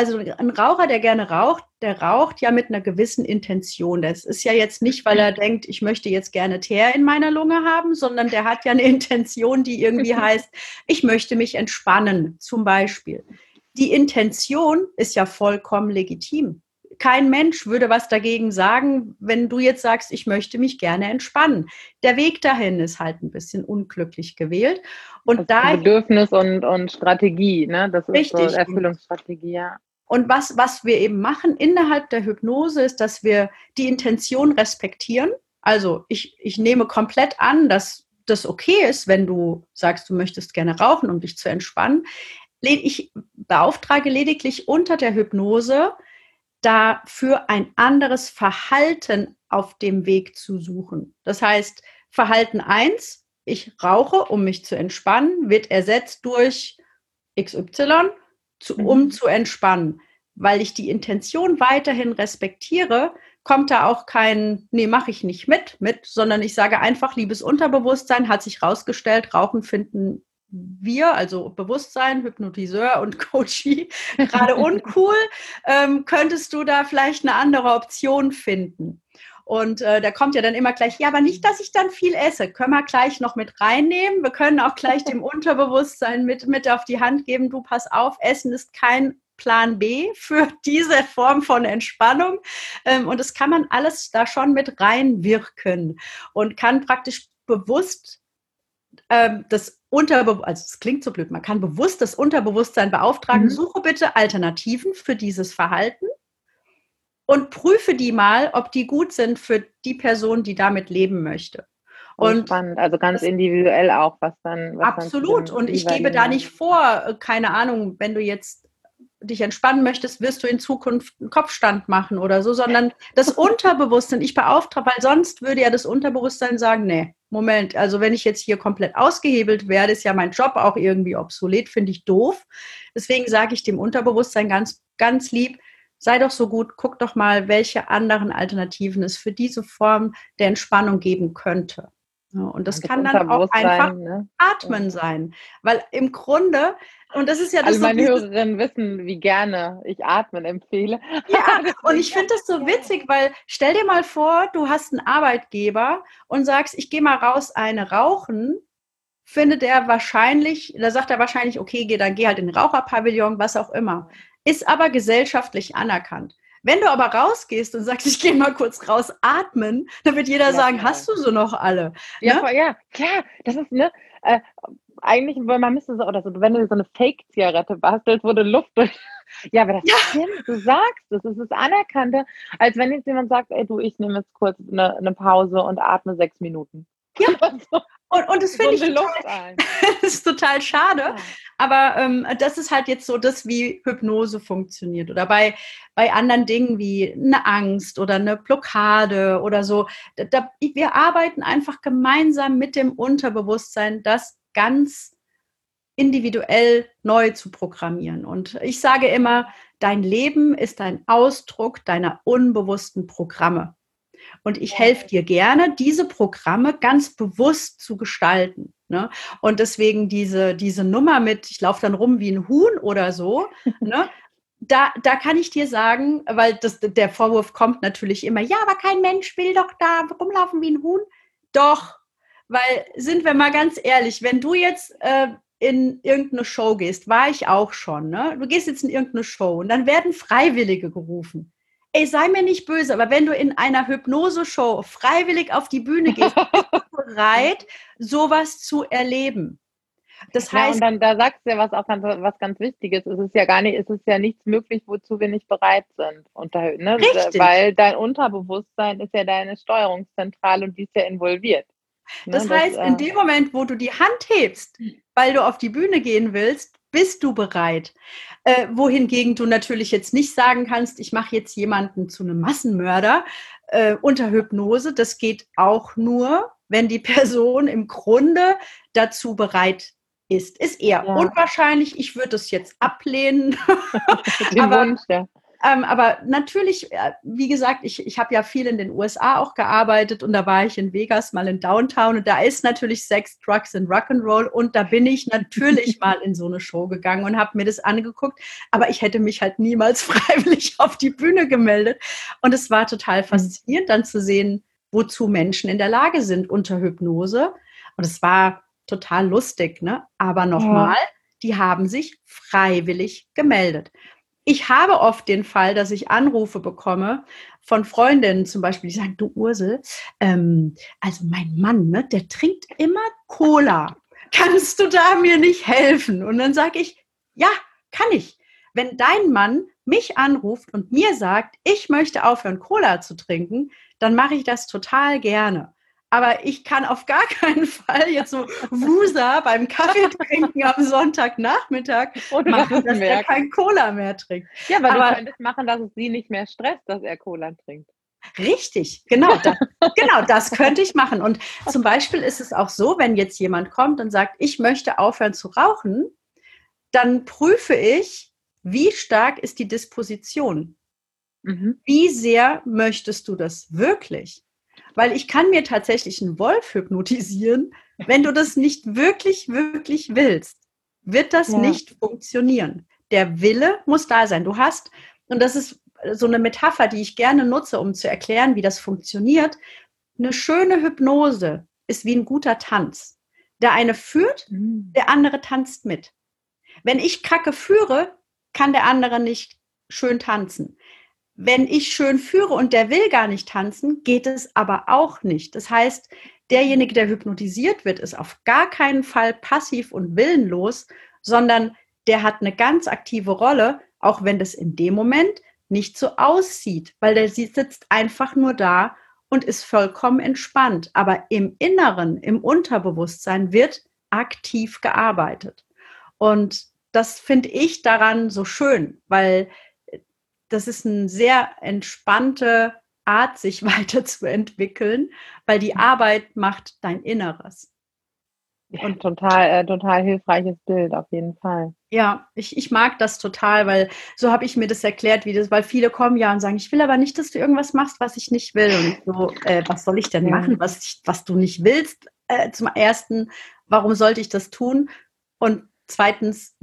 B: raucht, der raucht ja mit einer gewissen Intention. Das ist ja jetzt nicht, weil er denkt, ich möchte jetzt gerne Teer in meiner Lunge haben, sondern der hat ja eine Intention, die irgendwie heißt, ich möchte mich entspannen, zum Beispiel. Die Intention ist ja vollkommen legitim. Kein Mensch würde was dagegen sagen, wenn du jetzt sagst, ich möchte mich gerne entspannen. Der Weg dahin ist halt ein bisschen unglücklich gewählt. Und
A: da Bedürfnis und Strategie, ne? Das ist richtig, so Erfüllungsstrategie, ja.
B: Und was wir eben machen innerhalb der Hypnose ist, dass wir die Intention respektieren. Also ich nehme komplett an, dass das okay ist, wenn du sagst, du möchtest gerne rauchen, um dich zu entspannen. Ich beauftrage lediglich unter der Hypnose, dafür ein anderes Verhalten auf dem Weg zu suchen. Das heißt, Verhalten 1, ich rauche, um mich zu entspannen, wird ersetzt durch XY, um zu entspannen. Weil ich die Intention weiterhin respektiere, kommt da auch kein, nee, mache ich nicht mit, sondern ich sage einfach, liebes Unterbewusstsein, hat sich rausgestellt, Rauchen finden wir, also Bewusstsein, Hypnotiseur und Coachie, gerade uncool. Könntest du da vielleicht eine andere Option finden? Und da kommt ja dann immer gleich, ja, aber nicht, dass ich dann viel esse. Können wir gleich noch mit reinnehmen. Wir können auch gleich dem Unterbewusstsein mit auf die Hand geben, du pass auf, Essen ist kein Plan B für diese Form von Entspannung. Und das kann man alles da schon mit reinwirken und kann praktisch bewusst das Unterbewusstsein, also es klingt so blöd, man kann bewusst das Unterbewusstsein beauftragen, suche bitte Alternativen für dieses Verhalten und prüfe die mal, ob die gut sind für die Person, die damit leben möchte.
A: Und spannend, also ganz individuell auch, was dann.
B: Absolut. Und ich gebe da nicht vor, keine Ahnung, wenn du jetzt dich entspannen möchtest, wirst du in Zukunft einen Kopfstand machen oder so, sondern das Unterbewusstsein, ich beauftrage, weil sonst würde ja das Unterbewusstsein sagen, nee, Moment, also wenn ich jetzt hier komplett ausgehebelt werde, ist ja mein Job auch irgendwie obsolet, finde ich doof. Deswegen sage ich dem Unterbewusstsein ganz, ganz lieb, sei doch so gut, guck doch mal, welche anderen Alternativen es für diese Form der Entspannung geben könnte. Ja, und das kann dann auch einfach Atmen sein, weil im Grunde, und das ist ja das.
A: Also meine Hörerinnen wissen, wie gerne ich Atmen empfehle.
B: Ja, und ich finde das so witzig, weil stell dir mal vor, du hast einen Arbeitgeber und sagst, ich gehe mal raus eine rauchen, findet er wahrscheinlich, da sagt er wahrscheinlich, okay, dann geh halt in den Raucherpavillon, was auch immer. Ist aber gesellschaftlich anerkannt. Wenn du aber rausgehst und sagst, ich gehe mal kurz raus atmen, dann wird jeder sagen, hast du so noch alle?
A: Ja, ne? Ja, klar, das ist, eigentlich, weil man müsste so, oder so, wenn du so eine Fake-Zigarette bastelst, wo du Luft durch. Ja, aber das stimmt, du sagst es, es ist anerkannter, als wenn jetzt jemand sagt, ey du, ich nehme jetzt kurz eine Pause und atme 6 Minuten.
B: Ja, und das finde ich total, das ist total schade, ja. Aber das ist halt jetzt so das, wie Hypnose funktioniert. Oder bei anderen Dingen wie eine Angst oder eine Blockade oder so. Wir arbeiten einfach gemeinsam mit dem Unterbewusstsein, das ganz individuell neu zu programmieren. Und ich sage immer, dein Leben ist ein Ausdruck deiner unbewussten Programme. Und ich helfe dir gerne, diese Programme ganz bewusst zu gestalten. Ne? Und deswegen diese Nummer mit, ich laufe dann rum wie ein Huhn oder so, ne? Da kann ich dir sagen, weil der Vorwurf kommt natürlich immer, ja, aber kein Mensch will doch da rumlaufen wie ein Huhn. Doch, weil, sind wir mal ganz ehrlich, wenn du jetzt in irgendeine Show gehst, war ich auch schon, ne? Du gehst jetzt in irgendeine Show und dann werden Freiwillige gerufen. Ey, sei mir nicht böse, aber wenn du in einer Hypnose-Show freiwillig auf die Bühne gehst, bist du bereit, sowas zu erleben. Das heißt,
A: und dann da sagst du ja was ganz Wichtiges. Es ist ja nichts möglich, wozu wir nicht bereit sind.
B: Richtig.
A: Weil dein Unterbewusstsein ist ja deine Steuerungszentrale und die ist ja involviert.
B: Das heißt, in dem Moment, wo du die Hand hebst, weil du auf die Bühne gehen willst, bist du bereit. Wohingegen du natürlich jetzt nicht sagen kannst, ich mache jetzt jemanden zu einem Massenmörder unter Hypnose. Das geht auch nur, wenn die Person im Grunde dazu bereit ist. Ist eher unwahrscheinlich. Ich würde es jetzt ablehnen. Aber natürlich, wie gesagt, ich habe ja viel in den USA auch gearbeitet und da war ich in Vegas mal in Downtown und da ist natürlich Sex, Drugs und Rock'n'Roll und da bin ich natürlich mal in so eine Show gegangen und habe mir das angeguckt, aber ich hätte mich halt niemals freiwillig auf die Bühne gemeldet und es war total faszinierend dann zu sehen, wozu Menschen in der Lage sind unter Hypnose und es war total lustig, ne? Aber nochmal, die haben sich freiwillig gemeldet. Ich habe oft den Fall, dass ich Anrufe bekomme von Freundinnen zum Beispiel, die sagen, du Ursel, also mein Mann, ne, der trinkt immer Cola. Kannst du da mir nicht helfen? Und dann sage ich, ja, kann ich. Wenn dein Mann mich anruft und mir sagt, ich möchte aufhören, Cola zu trinken, dann mache ich das total gerne. Aber ich kann auf gar keinen Fall jetzt so Wusa beim Kaffee trinken am Sonntagnachmittag machen, dass er kein Cola mehr trinkt.
A: Ja, weil du könntest machen, dass es sie nicht mehr stresst, dass er Cola trinkt.
B: Richtig, genau, das könnte ich machen. Und zum Beispiel ist es auch so, wenn jetzt jemand kommt und sagt, ich möchte aufhören zu rauchen, dann prüfe ich, wie stark ist die Disposition? Wie sehr möchtest du das wirklich? Weil ich kann mir tatsächlich einen Wolf hypnotisieren, wenn du das nicht wirklich, wirklich willst, wird das nicht funktionieren. Der Wille muss da sein. Du hast, und das ist so eine Metapher, die ich gerne nutze, um zu erklären, wie das funktioniert. Eine schöne Hypnose ist wie ein guter Tanz. Der eine führt, der andere tanzt mit. Wenn ich Kacke führe, kann der andere nicht schön tanzen. Wenn ich schön führe und der will gar nicht tanzen, geht es aber auch nicht. Das heißt, derjenige, der hypnotisiert wird, ist auf gar keinen Fall passiv und willenlos, sondern der hat eine ganz aktive Rolle, auch wenn das in dem Moment nicht so aussieht, weil der sitzt einfach nur da und ist vollkommen entspannt. Aber im Inneren, im Unterbewusstsein wird aktiv gearbeitet. Und das finde ich daran so schön, weil das ist eine sehr entspannte Art, sich weiterzuentwickeln, weil die Arbeit macht dein Inneres.
A: Ja, total hilfreiches Bild, auf jeden Fall.
B: Ja, ich mag das total, weil so habe ich mir das erklärt, weil viele kommen ja und sagen, ich will aber nicht, dass du irgendwas machst, was ich nicht will. Und so, was soll ich denn machen, was du nicht willst? Zum Ersten, warum sollte ich das tun? Und zweitens,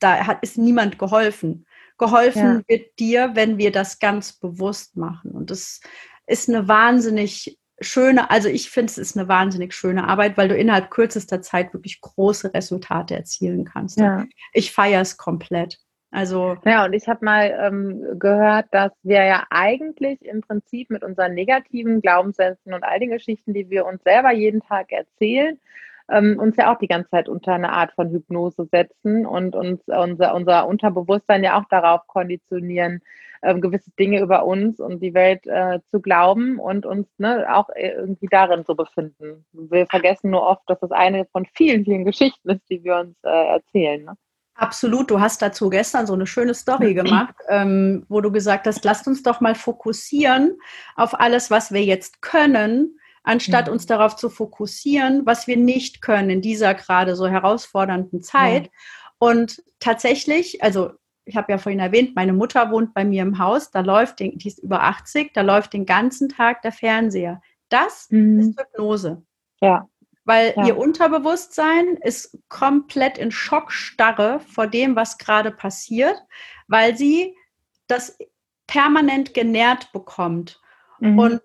B: ist niemand geholfen. Geholfen wird dir, wenn wir das ganz bewusst machen. Und das ist eine wahnsinnig schöne, also ich finde, es ist eine wahnsinnig schöne Arbeit, weil du innerhalb kürzester Zeit wirklich große Resultate erzielen kannst. Ja. Ich feiere es komplett. Also
A: ja, und ich habe mal gehört, dass wir ja eigentlich im Prinzip mit unseren negativen Glaubenssätzen und all den Geschichten, die wir uns selber jeden Tag erzählen, uns ja auch die ganze Zeit unter eine Art von Hypnose setzen und uns unser Unterbewusstsein ja auch darauf konditionieren, gewisse Dinge über uns und die Welt zu glauben und uns auch irgendwie darin zu befinden. Wir vergessen nur oft, dass das eine von vielen, vielen Geschichten ist, die wir uns erzählen. Ne?
B: Absolut. Du hast dazu gestern so eine schöne Story gemacht, wo du gesagt hast, lasst uns doch mal fokussieren auf alles, was wir jetzt können, anstatt uns darauf zu fokussieren, was wir nicht können in dieser gerade so herausfordernden Zeit. Ja. Und tatsächlich, also ich habe ja vorhin erwähnt, meine Mutter wohnt bei mir im Haus, die ist über 80, da läuft den ganzen Tag der Fernseher. Das ist Hypnose.
A: Ja.
B: Weil ihr Unterbewusstsein ist komplett in Schockstarre vor dem, was gerade passiert, weil sie das permanent genährt bekommt. Und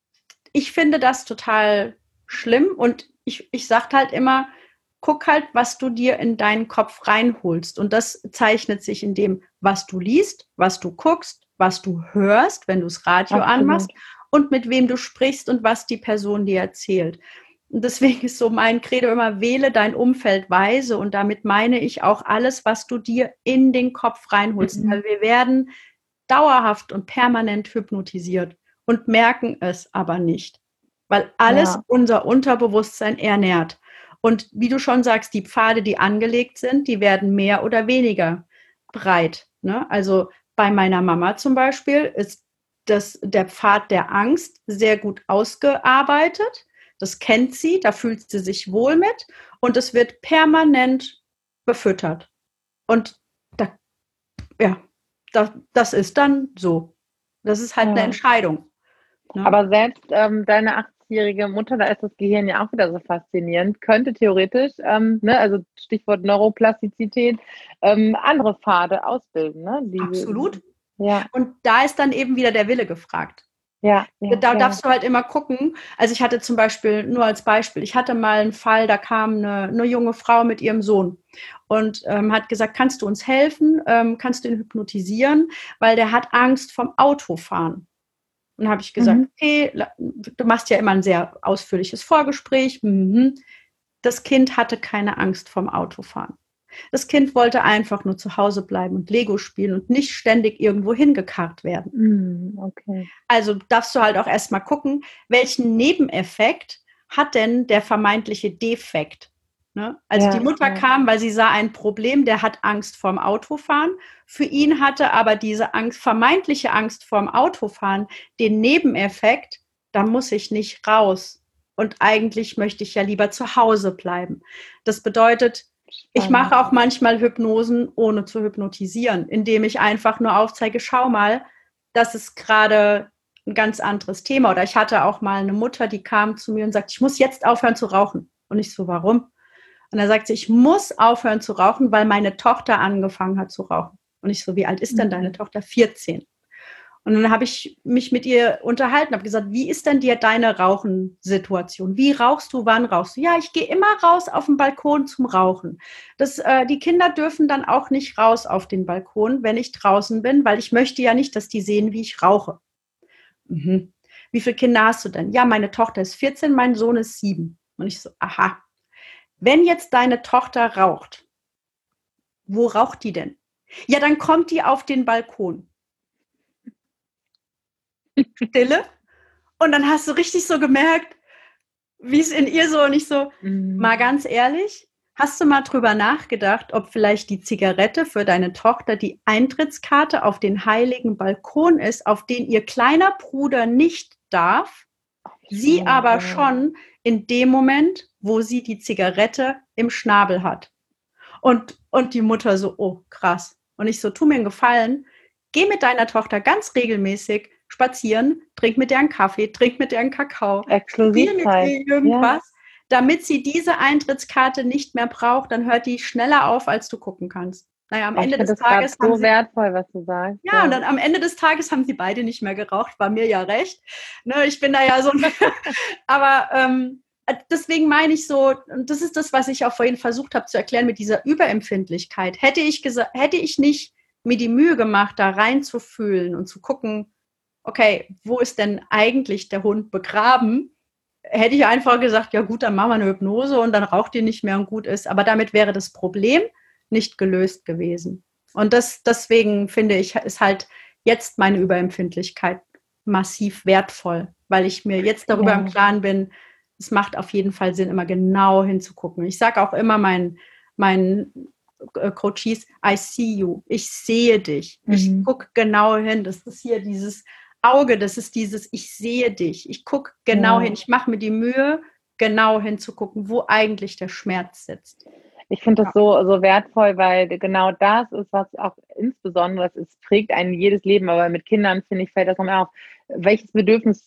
B: ich finde das total schlimm und ich sage halt immer, guck halt, was du dir in deinen Kopf reinholst. Und das zeichnet sich in dem, was du liest, was du guckst, was du hörst, wenn du das Radio anmachst und mit wem du sprichst und was die Person dir erzählt. Und deswegen ist so mein Credo immer, wähle dein Umfeld weise. Und damit meine ich auch alles, was du dir in den Kopf reinholst. Weil wir werden dauerhaft und permanent hypnotisiert und merken es aber nicht. Weil alles unser Unterbewusstsein ernährt. Und wie du schon sagst, die Pfade, die angelegt sind, die werden mehr oder weniger breit. Ne? Also bei meiner Mama zum Beispiel ist der Pfad der Angst sehr gut ausgearbeitet. Das kennt sie, da fühlt sie sich wohl mit und es wird permanent befüttert. Und das ist dann so. Das ist halt eine Entscheidung.
A: Ne? Aber selbst deine 80-jährige Mutter, da ist das Gehirn ja auch wieder so faszinierend, könnte theoretisch, also Stichwort Neuroplastizität, andere Pfade ausbilden. Ne?
B: Absolut. Ja. Und da ist dann eben wieder der Wille gefragt. Da darfst du halt immer gucken. Also ich hatte zum Beispiel, nur als Beispiel, ich hatte mal einen Fall, da kam eine junge Frau mit ihrem Sohn und hat gesagt, kannst du uns helfen? Kannst du ihn hypnotisieren? Weil der hat Angst vom Autofahren. Und habe ich gesagt, okay, du machst ja immer ein sehr ausführliches Vorgespräch. Das Kind hatte keine Angst vom Autofahren. Das Kind wollte einfach nur zu Hause bleiben und Lego spielen und nicht ständig irgendwo hingekarrt werden.
A: Okay.
B: Also darfst du halt auch erstmal gucken, welchen Nebeneffekt hat denn der vermeintliche Defekt? Ne? Also die Mutter kam, weil sie sah ein Problem, der hat Angst vorm Autofahren. Für ihn hatte aber diese Angst, vermeintliche Angst vorm Autofahren, den Nebeneffekt, da muss ich nicht raus. Und eigentlich möchte ich ja lieber zu Hause bleiben. Das bedeutet, ich mache auch manchmal Hypnosen, ohne zu hypnotisieren, indem ich einfach nur aufzeige, schau mal, das ist gerade ein ganz anderes Thema. Oder ich hatte auch mal eine Mutter, die kam zu mir und sagt, ich muss jetzt aufhören zu rauchen. Und ich so, warum? Und dann sagt sie, ich muss aufhören zu rauchen, weil meine Tochter angefangen hat zu rauchen. Und ich so, wie alt ist denn deine Tochter? 14. Und dann habe ich mich mit ihr unterhalten, habe gesagt, wie ist denn dir deine Rauchensituation? Wie rauchst du, wann rauchst du? Ja, ich gehe immer raus auf den Balkon zum Rauchen. Die Kinder dürfen dann auch nicht raus auf den Balkon, wenn ich draußen bin, weil ich möchte ja nicht, dass die sehen, wie ich rauche. Mhm. Wie viele Kinder hast du denn? Ja, meine Tochter ist 14, mein Sohn ist 7. Und ich so, aha. Wenn jetzt deine Tochter raucht, wo raucht die denn? Ja, dann kommt die auf den Balkon. Stille. Und dann hast du richtig so gemerkt, wie es in ihr so und ich so, mal ganz ehrlich, hast du mal drüber nachgedacht, ob vielleicht die Zigarette für deine Tochter die Eintrittskarte auf den heiligen Balkon ist, auf den ihr kleiner Bruder nicht darf, sie aber schon in dem Moment, wo sie die Zigarette im Schnabel hat. Und die Mutter so, oh, krass. Und ich so, tu mir einen Gefallen, geh mit deiner Tochter ganz regelmäßig spazieren, trink mit der einen Kaffee, trink mit der einen Kakao, spiel mit ihr irgendwas, damit sie diese Eintrittskarte nicht mehr braucht, dann hört die schneller auf, als du gucken kannst. Naja, am Ende des Tages
A: haben sie, wertvoll, was du sagst.
B: Ja, und dann am Ende des Tages haben sie beide nicht mehr geraucht, war mir ja recht. Ne, ich bin da ja so, aber deswegen meine ich so, und das ist das, was ich auch vorhin versucht habe zu erklären mit dieser Überempfindlichkeit. Hätte ich nicht mir die Mühe gemacht, da reinzufühlen und zu gucken, okay, wo ist denn eigentlich der Hund begraben? Hätte ich einfach gesagt, ja gut, dann machen wir eine Hypnose und dann raucht die nicht mehr und gut ist. Aber damit wäre das Problem nicht gelöst gewesen. Und deswegen finde ich, ist halt jetzt meine Überempfindlichkeit massiv wertvoll, weil ich mir jetzt darüber im Klaren bin, es macht auf jeden Fall Sinn, immer genau hinzugucken. Ich sage auch immer meinen Coaches, I see you, ich sehe dich. Ich gucke genau hin. Das ist hier dieses Auge, das ist dieses, ich sehe dich. Ich gucke genau hin. Ich mache mir die Mühe, genau hinzugucken, wo eigentlich der Schmerz sitzt.
A: Ich finde das so wertvoll, weil genau das ist, was auch insbesondere, es prägt ein jedes Leben, aber mit Kindern, finde ich, fällt das nochmal auf. Welches Bedürfnis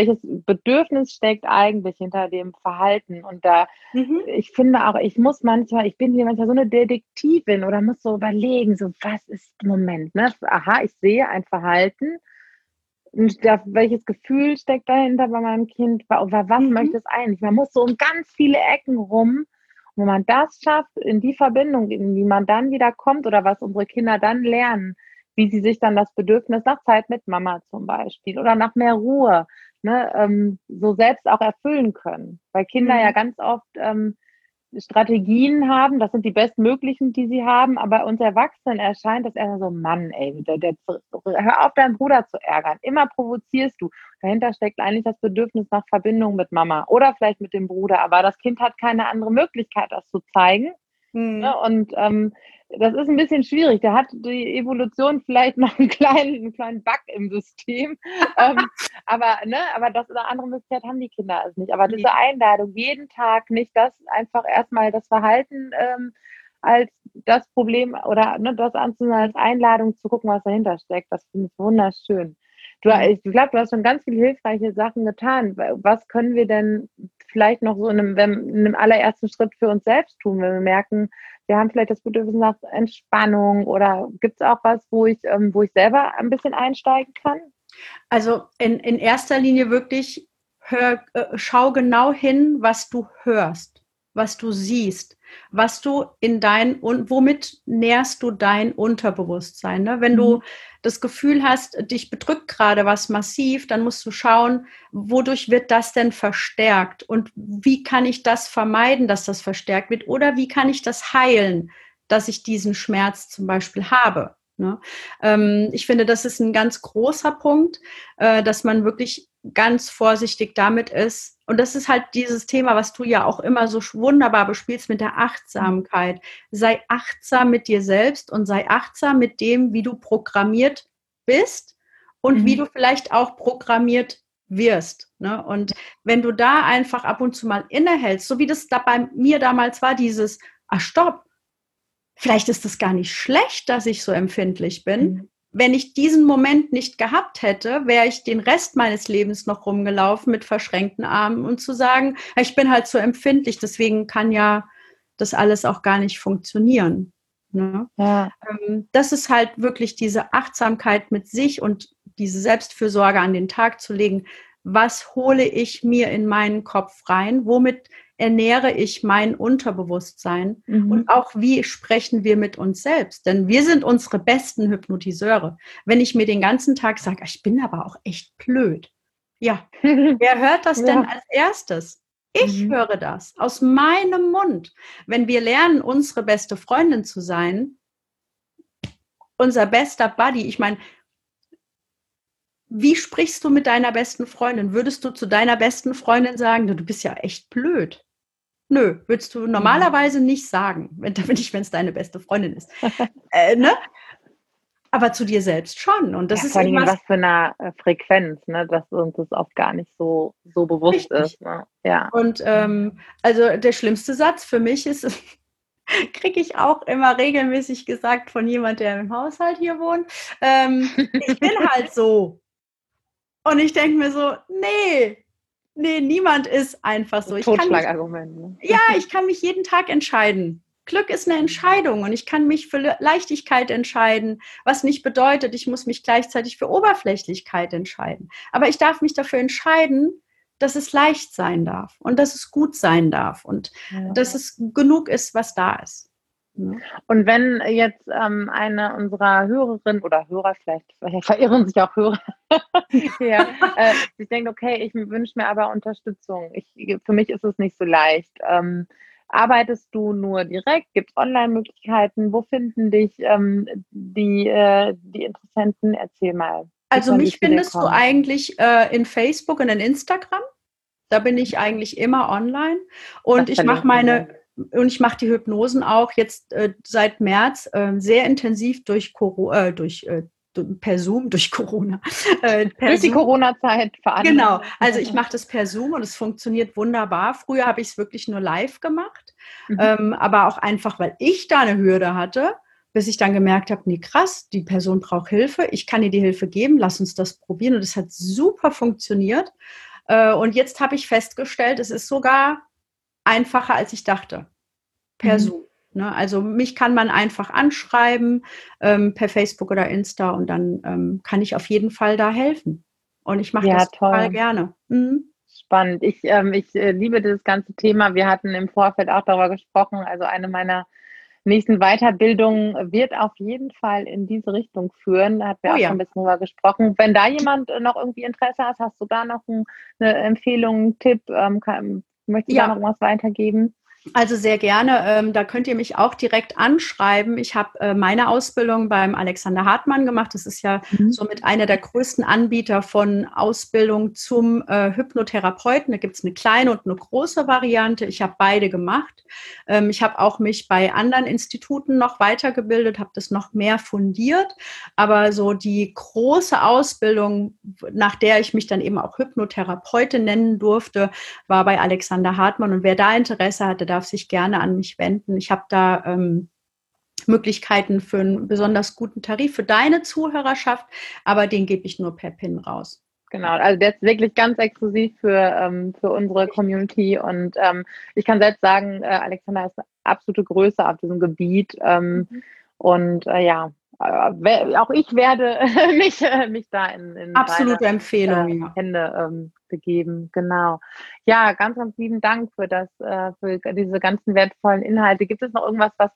A: steckt eigentlich hinter dem Verhalten? Und da, ich finde auch, ich bin hier manchmal so eine Detektivin oder muss so überlegen, so was ist im Moment, ne? Aha, ich sehe ein Verhalten. Und welches Gefühl steckt dahinter bei meinem Kind? Was möchte es eigentlich? Man muss so um ganz viele Ecken rum. Und wenn man das schafft, in die Verbindung, in die man dann wieder kommt oder was unsere Kinder dann lernen, wie sie sich dann das Bedürfnis nach Zeit mit Mama zum Beispiel oder nach mehr Ruhe, ne, so selbst auch erfüllen können. Weil Kinder ja ganz oft Strategien haben, das sind die bestmöglichen, die sie haben, aber uns Erwachsenen erscheint das eher so, Mann, ey, hör auf, deinen Bruder zu ärgern, immer provozierst du. Dahinter steckt eigentlich das Bedürfnis nach Verbindung mit Mama oder vielleicht mit dem Bruder, aber das Kind hat keine andere Möglichkeit, das zu zeigen. Ne? Und das ist ein bisschen schwierig. Da hat die Evolution vielleicht noch einen kleinen Bug im System. Aber das eine andere Möglichkeit haben die Kinder es nicht. Aber diese Einladung, jeden Tag nicht das einfach erstmal das Verhalten als das Problem oder das anzunehmen als Einladung zu gucken, was dahinter steckt, das finde ich wunderschön. Ich glaube, du hast schon ganz viele hilfreiche Sachen getan. Was können wir denn vielleicht noch so in einem allerersten Schritt für uns selbst tun, wenn wir merken, wir haben vielleicht das Bedürfnis nach Entspannung oder gibt es auch was, wo ich selber ein bisschen einsteigen kann?
B: Also in erster Linie wirklich schau genau hin, was du hörst, was du siehst, was du womit nährst du dein Unterbewusstsein. Ne? Wenn du das Gefühl hast, dich bedrückt gerade was massiv, dann musst du schauen, wodurch wird das denn verstärkt und wie kann ich das vermeiden, dass das verstärkt wird oder wie kann ich das heilen, dass ich diesen Schmerz zum Beispiel habe. Ne? Ich finde, das ist ein ganz großer Punkt, dass man wirklich ganz vorsichtig damit ist. Und das ist halt dieses Thema, was du ja auch immer so wunderbar bespielst mit der Achtsamkeit. Sei achtsam mit dir selbst und sei achtsam mit dem, wie du programmiert bist und wie du vielleicht auch programmiert wirst. Ne? Und wenn du da einfach ab und zu mal innehältst, so wie das da bei mir damals war, dieses, stopp, vielleicht ist es gar nicht schlecht, dass ich so empfindlich bin. Wenn ich diesen Moment nicht gehabt hätte, wäre ich den Rest meines Lebens noch rumgelaufen mit verschränkten Armen und zu sagen, ich bin halt so empfindlich, deswegen kann ja das alles auch gar nicht funktionieren. Ne?
A: Ja.
B: Das ist halt wirklich diese Achtsamkeit mit sich und diese Selbstfürsorge an den Tag zu legen. Was hole ich mir in meinen Kopf rein? Womit ernähre ich mein Unterbewusstsein? Und auch, wie sprechen wir mit uns selbst? Denn wir sind unsere besten Hypnotiseure. Wenn ich mir den ganzen Tag sage, ich bin aber auch echt blöd. Ja, wer hört das denn als erstes? Ich höre das aus meinem Mund. Wenn wir lernen, unsere beste Freundin zu sein, unser bester Buddy, ich meine, wie sprichst du mit deiner besten Freundin? Würdest du zu deiner besten Freundin sagen, du bist ja echt blöd? Nö, würdest du normalerweise nicht sagen, wenn es deine beste Freundin ist. Ne? Aber zu dir selbst schon. Und das ist
A: vor allem in was für einer Frequenz, ne? Dass uns das oft gar nicht so bewusst ist. Ne? Ja.
B: Und also der schlimmste Satz für mich ist, kriege ich auch immer regelmäßig gesagt von jemand, der im Haushalt hier wohnt, ich bin halt so. Und ich denke mir so, nee, niemand ist einfach so.
A: Totschlagargument. Ne?
B: Ja, ich kann mich jeden Tag entscheiden. Glück ist eine Entscheidung und ich kann mich für Leichtigkeit entscheiden, was nicht bedeutet, ich muss mich gleichzeitig für Oberflächlichkeit entscheiden. Aber ich darf mich dafür entscheiden, dass es leicht sein darf und dass es gut sein darf und dass es genug ist, was da ist. Ja.
A: Und wenn jetzt eine unserer Hörerinnen oder Hörer, vielleicht verirren sich auch Hörer, sich denkt, okay, ich wünsche mir aber Unterstützung. Für mich ist es nicht so leicht. Arbeitest du nur direkt? Gibt es Online-Möglichkeiten? Wo finden dich die Interessenten? Erzähl mal.
B: Also mich findest du eigentlich in Facebook und in Instagram. Da bin ich eigentlich immer online. Und ich mache die Hypnosen auch jetzt seit März sehr intensiv per Zoom, durch Corona.
A: Durch die Corona-Zeit veranstaltet.
B: Genau, also ich mache das per Zoom und es funktioniert wunderbar. Früher habe ich es wirklich nur live gemacht, aber auch einfach, weil ich da eine Hürde hatte, bis ich dann gemerkt habe, nee, krass, die Person braucht Hilfe, ich kann ihr die Hilfe geben, lass uns das probieren. Und es hat super funktioniert. Und jetzt habe ich festgestellt, es ist sogar einfacher, als ich dachte, per Zoom. Ne? Also mich kann man einfach anschreiben per Facebook oder Insta und dann kann ich auf jeden Fall da helfen. Und ich mache das total gerne.
A: Spannend. Ich liebe das ganze Thema. Wir hatten im Vorfeld auch darüber gesprochen. Also eine meiner nächsten Weiterbildungen wird auf jeden Fall in diese Richtung führen. Da hatten wir auch schon ein bisschen drüber gesprochen. Wenn da jemand noch irgendwie Interesse hat, hast du da noch eine Empfehlung, einen Tipp? Möchtest du da noch was weitergeben?
B: Also sehr gerne. Da könnt ihr mich auch direkt anschreiben. Ich habe meine Ausbildung beim Alexander Hartmann gemacht. Das ist ja somit einer der größten Anbieter von Ausbildung zum Hypnotherapeuten. Da gibt es eine kleine und eine große Variante. Ich habe beide gemacht. Ich habe auch mich bei anderen Instituten noch weitergebildet, habe das noch mehr fundiert. Aber so die große Ausbildung, nach der ich mich dann eben auch Hypnotherapeutin nennen durfte, war bei Alexander Hartmann. Und wer da Interesse hatte, darf sich gerne an mich wenden. Ich habe da Möglichkeiten für einen besonders guten Tarif für deine Zuhörerschaft, aber den gebe ich nur per PIN raus.
A: Genau, also der ist wirklich ganz exklusiv für unsere Community und ich kann selbst sagen, Alexander ist eine absolute Größe auf diesem Gebiet und auch ich werde mich da in
B: absolute Empfehlung,
A: Hände begeben. Genau. Ja, ganz, ganz lieben Dank für diese ganzen wertvollen Inhalte. Gibt es noch irgendwas, was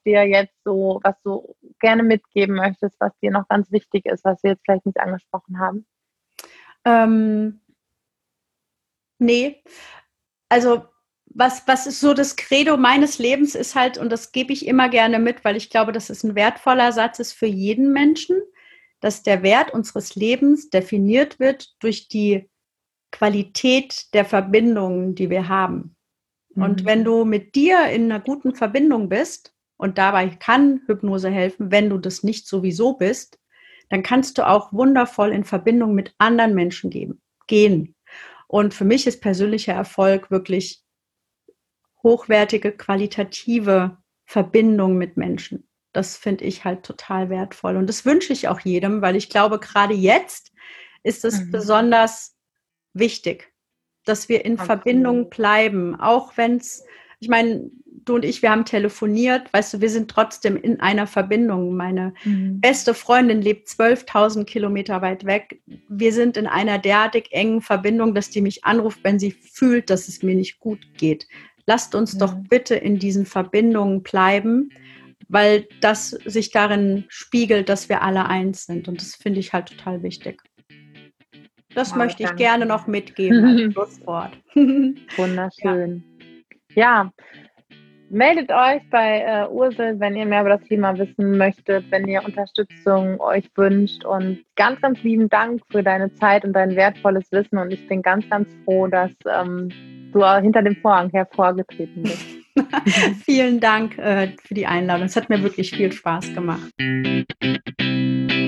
A: du gerne mitgeben möchtest, was dir noch ganz wichtig ist, was wir jetzt vielleicht nicht angesprochen haben?
B: Nee. Also was ist so das Credo meines Lebens ist halt, und das gebe ich immer gerne mit, weil ich glaube, dass es ein wertvoller Satz ist für jeden Menschen, dass der Wert unseres Lebens definiert wird durch die Qualität der Verbindungen, die wir haben. Und wenn du mit dir in einer guten Verbindung bist, und dabei kann Hypnose helfen, wenn du das nicht sowieso bist, dann kannst du auch wundervoll in Verbindung mit anderen Menschen gehen. Und für mich ist persönlicher Erfolg wirklich hochwertige, qualitative Verbindung mit Menschen. Das finde ich halt total wertvoll. Und das wünsche ich auch jedem, weil ich glaube, gerade jetzt ist es besonders wichtig, dass wir in Verbindung bleiben. Auch wenn es, ich meine, du und ich, wir haben telefoniert, weißt du, wir sind trotzdem in einer Verbindung. Meine beste Freundin lebt 12.000 Kilometer weit weg. Wir sind in einer derartig engen Verbindung, dass die mich anruft, wenn sie fühlt, dass es mir nicht gut geht. Lasst uns doch bitte in diesen Verbindungen bleiben, weil das sich darin spiegelt, dass wir alle eins sind. Und das finde ich halt total wichtig. Das möchte ich gerne noch mitgeben als Schlusswort.
A: Wunderschön. Ja, meldet euch bei Ursel, wenn ihr mehr über das Thema wissen möchtet, wenn ihr Unterstützung euch wünscht. Und ganz, ganz lieben Dank für deine Zeit und dein wertvolles Wissen. Und ich bin ganz, ganz froh, dass du hinter dem Vorhang hervorgetreten bist.
B: Vielen Dank für die Einladung. Es hat mir wirklich viel Spaß gemacht.